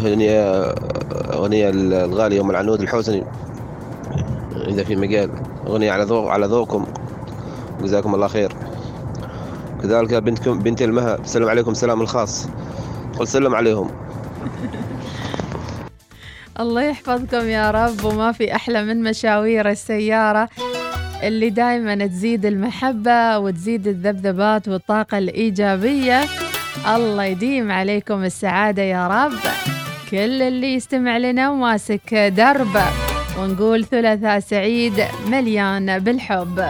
الغالية أم العنود الحوسني، إذا في مجال أغنية على ذوقكم، جزاكم الله خير. كذلك بنتي المها، سلم عليكم سلام الخاص، قل سلم عليهم. الله يحفظكم يا رب، وما في أحلى من مشاوير السيارة اللي دايما تزيد المحبة وتزيد الذبذبات والطاقة الإيجابية. الله يديم عليكم السعادة يا رب. كل اللي يستمع لنا وماسك درب، ونقول ثلاثاء سعيد مليان بالحب.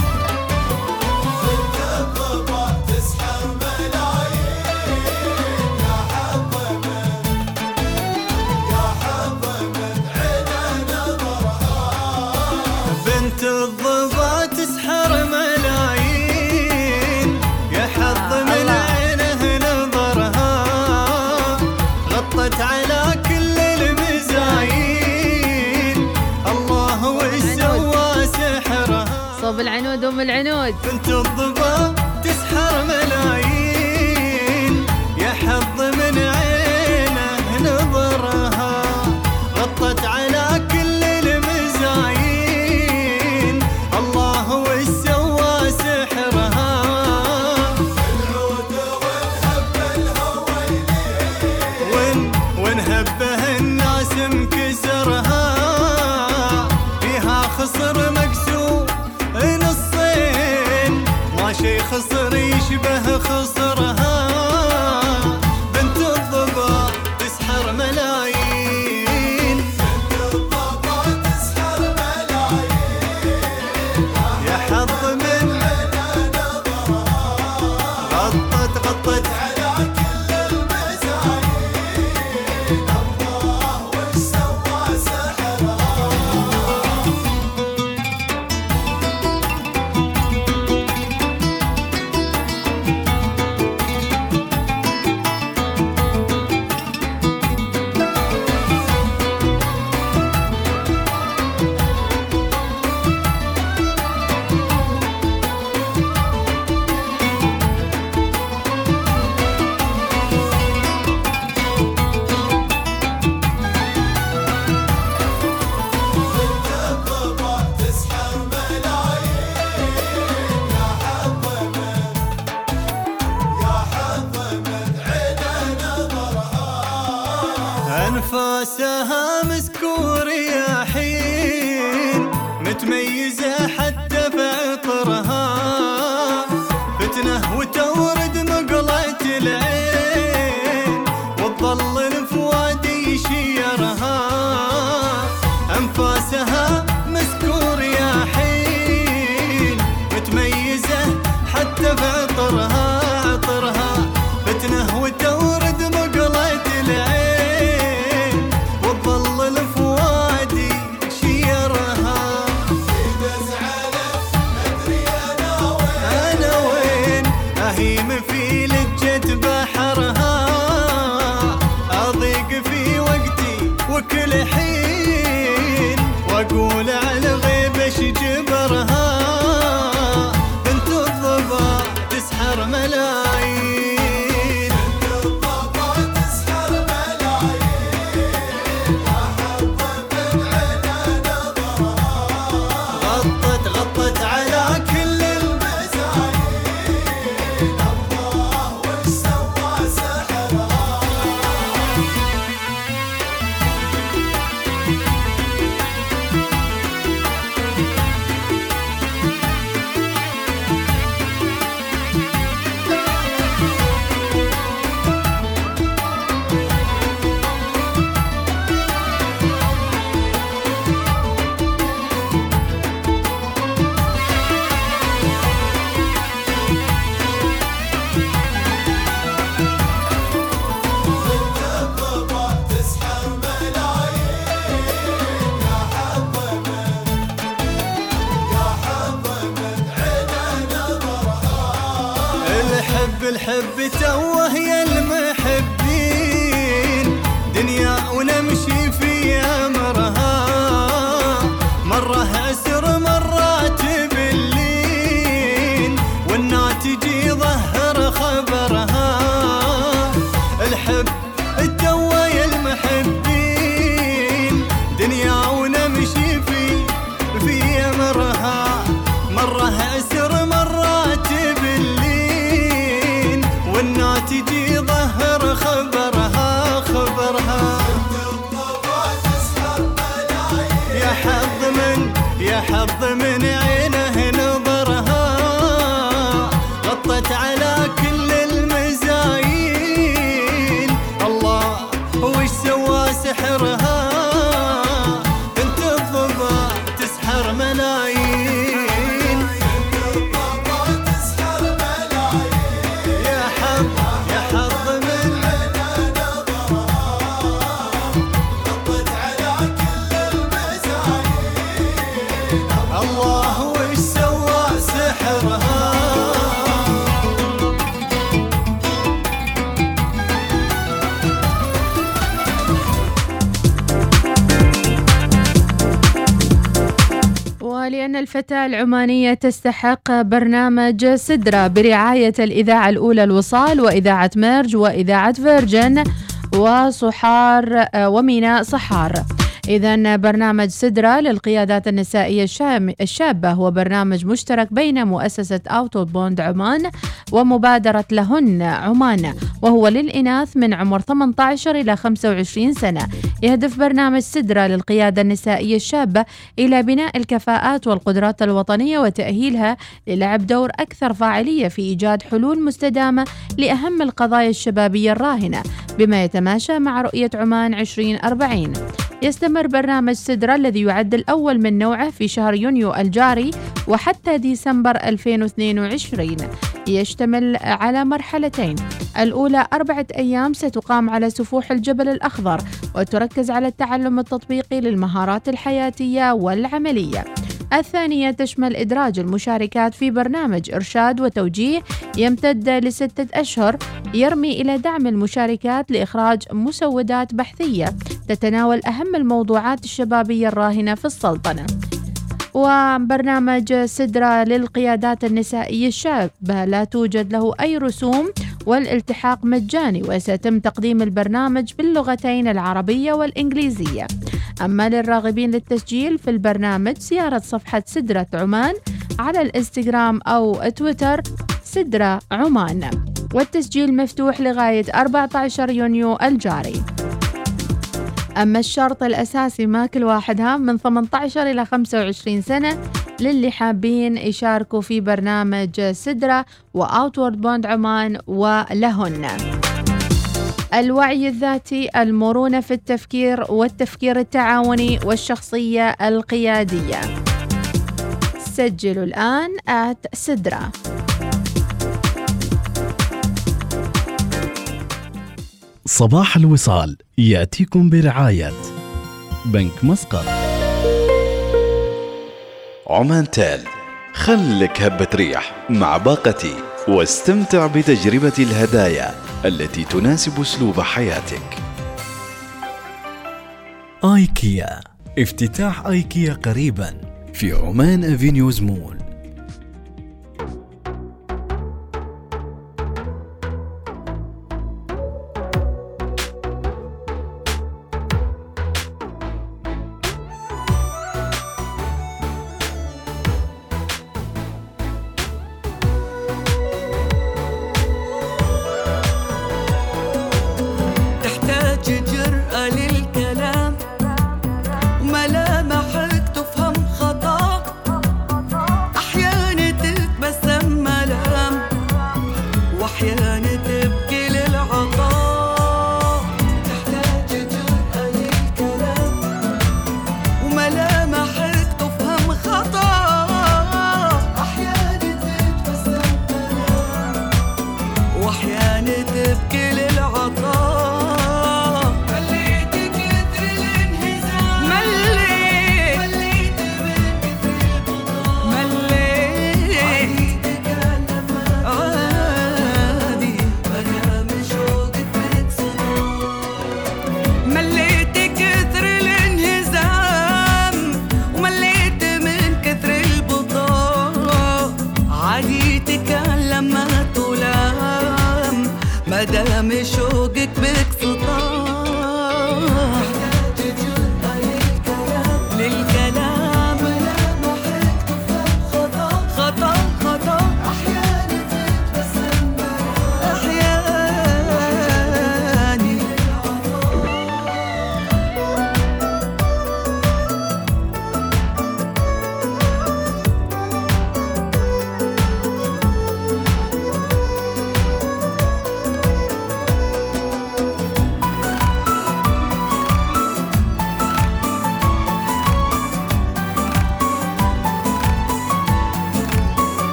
الضبا تسحر ملايين، يا حظ من عينه نظرها، غطت على كل المزايين، الله وش سوى سحرها. صوب العنود ام العنود. بنت الضبا تسحر ملايين، يا حظ من عينه نظرها، غطت على كل المزايين، ما شي خسر يشبه خسرها بنت الضبا تسحر ملايين بنت الضبا تسحر ملايين يا حظ من غطت على كل المزايين الله وش سوى سحرها أنفاسها مسكور يا حين متميزة حتى بعطرها فتنة وتورد مقلة العين وتظل الفؤاد يشيرها أنفاسها مسكور يا حين متميزة حتى بعطرها عطرها فتنة وتورد مقلة العين أهيم في لجة بحرها أضيق في وقتي وكل حين وأقول على الغيب ايش جبرها بنت الضبا تسحر ملايين بنت الضبا تسحر ملايين يا حظ من عين نظرها غطت على كل الحب توه يا المحبين دنيا ونمشي في أمرها مرة عسر مرات باللين والناتج يظهر خبرها الحب توه يا المحبين دنيا ونمشي في أمرها مرة عسر مرات بالليل والناتج يظهر خبرها يا حظ من عينه نظرها غطت على كل المزايين الله وش سوى سحرها بنت الضبا تسحر ملايين يا حظ من الله وش سوى سحرها ولأن الفتاة العمانية تستحق برنامج سدرة برعاية الإذاعة الأولى الوصال وإذاعة ميرج وإذاعة فيرجن وصحار وميناء صحار. إذن برنامج سدرة للقيادات النسائية الشابة هو برنامج مشترك بين مؤسسة أوتو بوند عمان ومبادرة لهن عمان، وهو للإناث من عمر 18 إلى 25 سنة. يهدف برنامج سدرة للقيادة النسائية الشابة إلى بناء الكفاءات والقدرات الوطنية وتأهيلها للعب دور أكثر فاعلية في إيجاد حلول مستدامة لأهم القضايا الشبابية الراهنة بما يتماشى مع رؤية عمان 2040. يستمر برنامج سدرة الذي يعد الأول من نوعه في شهر يونيو الجاري وحتى ديسمبر 2022. يشتمل على مرحلتين، الأولى 4 أيام ستقام على سفوح الجبل الأخضر وتركز على التعلم التطبيقي للمهارات الحياتية والعملية. الثانية تشمل إدراج المشاركات في برنامج إرشاد وتوجيه يمتد ل6 أشهر، يرمي إلى دعم المشاركات لإخراج مسودات بحثية تتناول أهم الموضوعات الشبابية الراهنة في السلطنة. وبرنامج سدرة للقيادات النسائية الشابة لا توجد له أي رسوم والالتحاق مجاني، وسيتم تقديم البرنامج باللغتين العربية والإنجليزية. أما للراغبين للتسجيل في البرنامج زيارة صفحة سدرة عمان على الإنستغرام أو تويتر سدرة عمان، والتسجيل مفتوح لغاية 14 يونيو الجاري. أما الشرط الأساسي ما كل واحدها من 18 إلى 25 سنة للي حابين يشاركوا في برنامج سدرة وأوتورد بوند عمان ولهن. الوعي الذاتي، المرونة في التفكير والتفكير التعاوني والشخصية القيادية. سجلوا الآن @سدرة. صباح الوصال يأتيكم برعاية بنك مسقط. عمان تال، خلك هبة ريح مع باقتي واستمتع بتجربة الهدايا التي تناسب أسلوب حياتك. آيكيا، افتتاح آيكيا قريبا في عمان أفينيوز مول.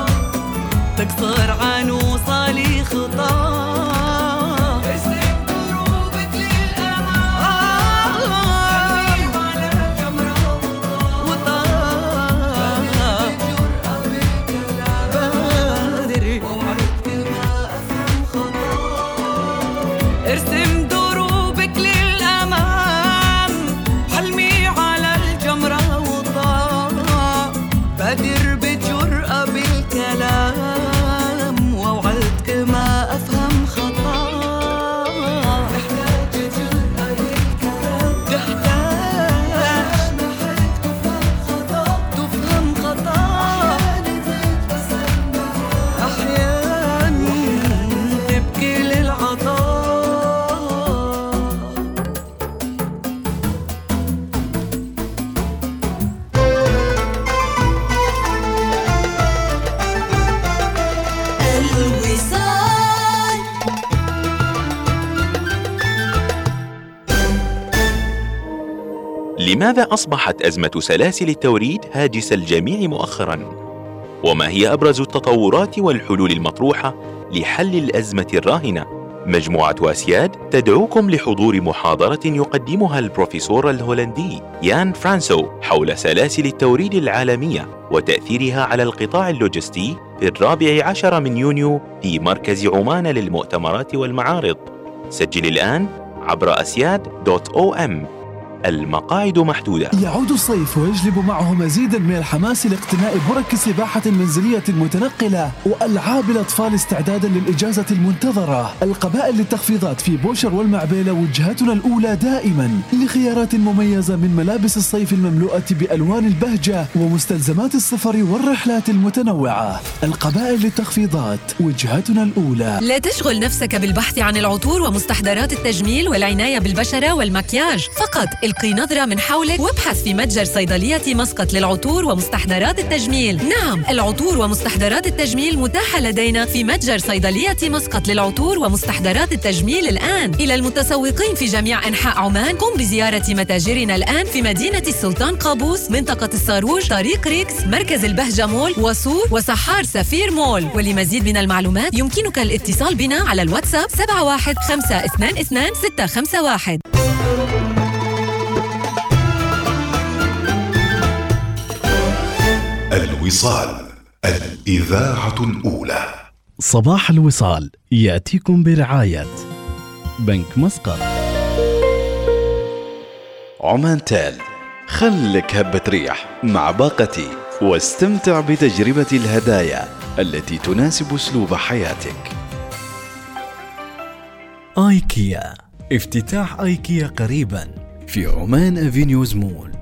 تكسر عن وصالي خطاه. لماذا أصبحت أزمة سلاسل التوريد هاجس الجميع مؤخراً؟ وما هي أبرز التطورات والحلول المطروحة لحل الأزمة الراهنة؟ مجموعة واسياد تدعوكم لحضور محاضرة يقدمها البروفيسور الهولندي يان فرانسو حول سلاسل التوريد العالمية وتأثيرها على القطاع اللوجستي في 14 يونيو في مركز عمان للمؤتمرات والمعارض. سجل الآن عبر أسياد.om. المقاعد محدودة. يعود الصيف ويجلب معه مزيدا من الحماس لاقتناء برك سباحة منزلية متنقلة وألعاب الأطفال استعدادا للإجازة المنتظرة. القبائل للتخفيضات في بوشر والمعبيلة وجهتنا الأولى دائما لخيارات مميزة من ملابس الصيف المملوءة بألوان البهجة ومستلزمات السفر والرحلات المتنوعة. القبائل للتخفيضات وجهتنا الأولى. لا تشغل نفسك بالبحث عن العطور ومستحضرات التجميل والعناية بالبشرة والمكياج فقط. القي نظرة من حولك وابحث في متجر صيدلية مسقط للعطور ومستحضرات التجميل. نعم، العطور ومستحضرات التجميل متاحة لدينا في متجر صيدلية مسقط للعطور ومستحضرات التجميل الآن. إلى المتسوقين في جميع أنحاء عمان، قم بزيارة متاجرنا الآن في مدينة السلطان قابوس، منطقة الصاروج، طريق ريكس، مركز البهجة مول، وصور، وسحار سفير مول. ولمزيد من المعلومات يمكنك الاتصال بنا على الواتساب 71522651. الوصال، الإذاعة الأولى. صباح الوصال يأتيكم برعاية بنك مسقط. عمان تال، خلك هبة ريح مع باقتي واستمتع بتجربة الهدايا التي تناسب أسلوب حياتك. آيكيا، افتتاح آيكيا قريبا في عمان أفينيوز مول.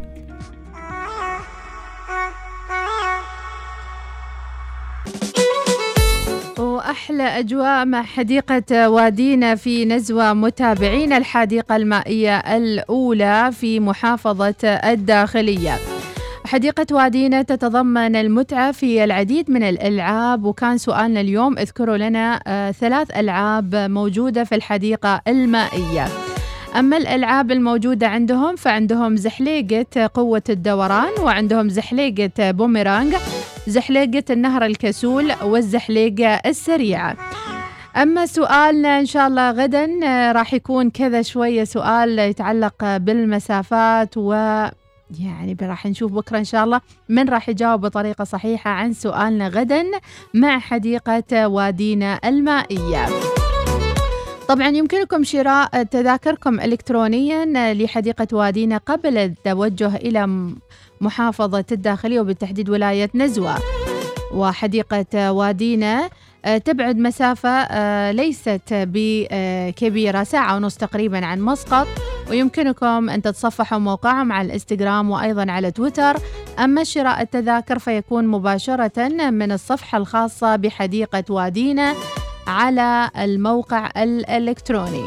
أحلى أجواء مع حديقة وادينا في نزوة متابعين الحديقة المائية الأولى في محافظة الداخلية. حديقة وادينا تتضمن المتعة في العديد من الألعاب، وكان سؤالنا اليوم اذكروا لنا 3 ألعاب موجودة في الحديقة المائية. أما الألعاب الموجودة عندهم فعندهم زحليقة قوة الدوران، وعندهم زحليقة بوميرانج، زحليقة النهر الكسول، والزحليقة السريعة. أما سؤالنا إن شاء الله غدا راح يكون كذا شوية سؤال يتعلق بالمسافات، ويعني راح نشوف بكرة إن شاء الله من راح يجاوب بطريقة صحيحة عن سؤالنا غدا مع حديقة وادينا المائية. طبعا يمكنكم شراء تذاكركم إلكترونيا لحديقة وادينا قبل التوجه إلى محافظة الداخلية وبالتحديد ولاية نزوة. وحديقة وادينا تبعد مسافة ليست بكبيرة، 1.5 ساعة تقريبا عن مسقط، ويمكنكم أن تتصفحوا موقعهم على الإنستغرام وأيضا على تويتر. أما شراء التذاكر فيكون مباشرة من الصفحة الخاصة بحديقة وادينا على الموقع الإلكتروني.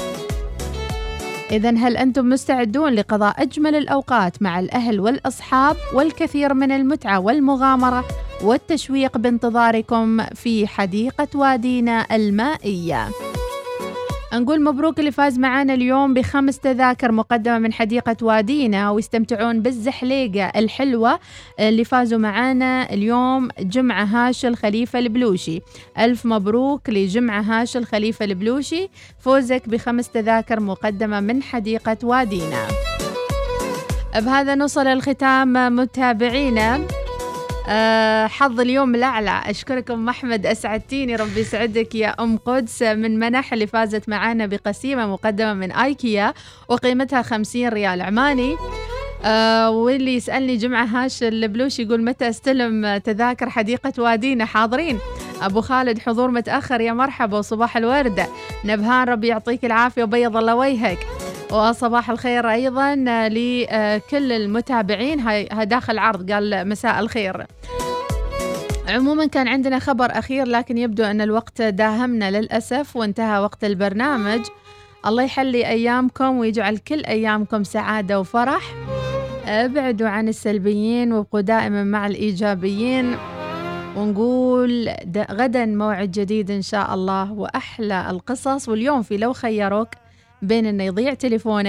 إذن هل أنتم مستعدون لقضاء أجمل الأوقات مع الأهل والأصحاب والكثير من المتعة والمغامرة والتشويق بانتظاركم في حديقة وادينا المائية؟ نقول مبروك اللي فاز معانا اليوم ب5 تذاكر مقدمة من حديقة وادينا، ويستمتعون بالزحليقة الحلوة اللي فازوا معانا اليوم. جمعة هاشل خليفة البلوشي، ألف مبروك لجمعة هاشل خليفة البلوشي، فوزك ب5 تذاكر مقدمة من حديقة وادينا. بهذا نوصل الختام متابعينا. حظ اليوم الأعلى. أشكركم محمد، أسعدتيني، ربي يسعدك يا أم قدس من منح اللي فازت معانا بقسيمة مقدمة من آيكيا وقيمتها 50 ريال عماني. واللي يسألني جمعة هاش البلوش يقول متى استلم تذاكر حديقة وادينا؟ حاضرين. أبو خالد حضور متأخر، يا مرحبا وصباح الوردة. نبهان ربي يعطيك العافية وبيض الله وجهك، وصباح الخير أيضا لكل المتابعين. هاي داخل عرض قال مساء الخير. عموما كان عندنا خبر أخير لكن يبدو أن الوقت داهمنا للأسف وانتهى وقت البرنامج. الله يحلي أيامكم ويجعل كل أيامكم سعادة وفرح. ابعدوا عن السلبيين وابقوا دائما مع الإيجابيين، ونقول غدا موعد جديد إن شاء الله وأحلى القصص. واليوم في لو خيروك بين أن يضيع تليفونك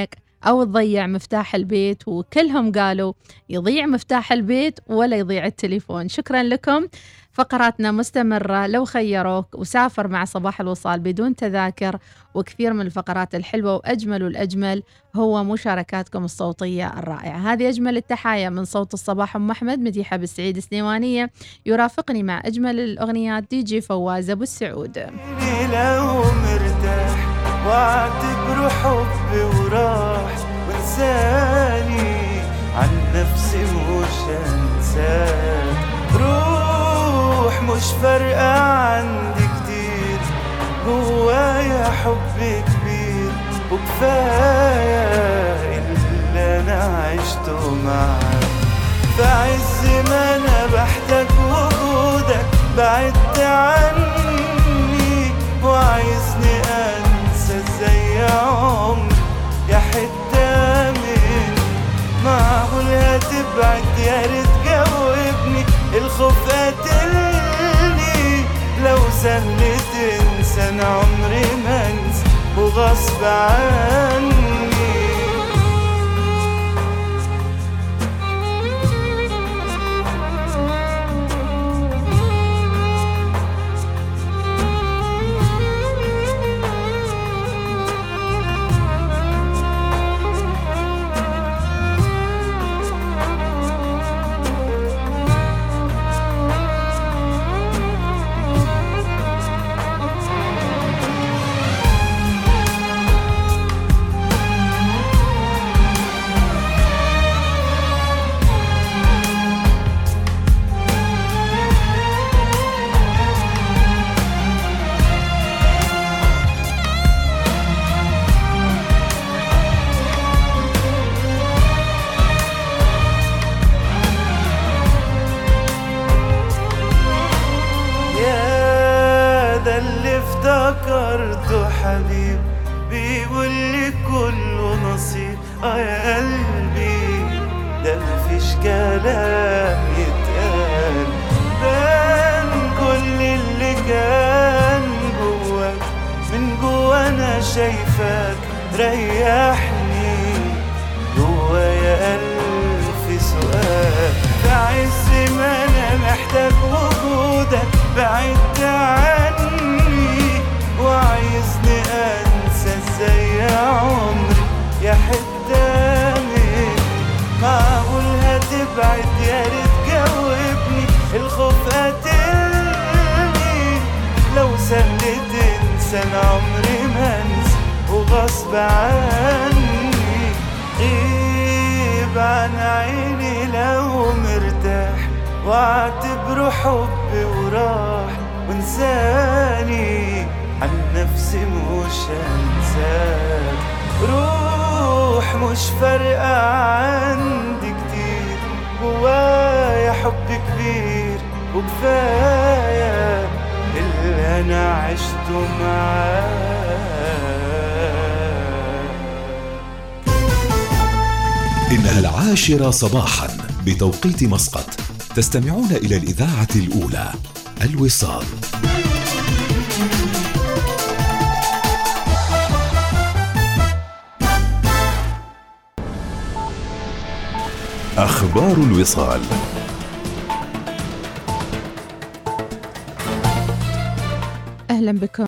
أو تضيع مفتاح البيت، وكلهم قالوا يضيع مفتاح البيت ولا يضيع التليفون. شكرا لكم. فقراتنا مستمرة. لو خيروك وسافر مع صباح الوصال بدون تذاكر، وكثير من الفقرات الحلوة، وأجمل والأجمل هو مشاركاتكم الصوتية الرائعة. هذه أجمل التحايا من صوت الصباح أم أحمد، مديحة بالسعيد السنيوانية. يرافقني مع أجمل الأغنيات دي جي فواز أبو السعود. لو مرتاح واعتبره حب وراح وانساني عن نفسي مش انساك، روح مش فارقة عندي كتير، جوايا حب كبير وكفاية اللي انا عشته معاك. في عز ما انا بحتاج وجودك بعدت عني، وعايزني انسى ازاي عمري يا حتة مني. معقول هتبعد؟ يا ريت جاوبني، الخوف قاتلني. لو سهل تنسى انا عمري ما انسى وغصب عني. افتكرته حبيب بيقول لي كله نصيب. يا قلبي ده مفيش كلام يتقال، بان كل اللي كان جواك من جوا انا شايفاك. ريحني جوايا ألف سؤال، في عز ما انا محتاج وجودك بعدت عني، وعايزني انسى ازاي عمري يا حتة مني. معقول هتبعد؟ يا ريت جاوبني، الخوف قاتلني. لو سهل تنسى انا عمري ما انسى وغصب عني. غيب عن عيني لو مرتاح واعتبره حب وراح وانساني عن نفسي مش انساك. روح مش فارقة عندي كتير، جوايا حب كبير وكفاية اللي انا عشته معاك. إنها 10 صباحا بتوقيت مسقط. تستمعون إلى الإذاعة الأولى الوصال. أخبار الوصال. أهلا بكم.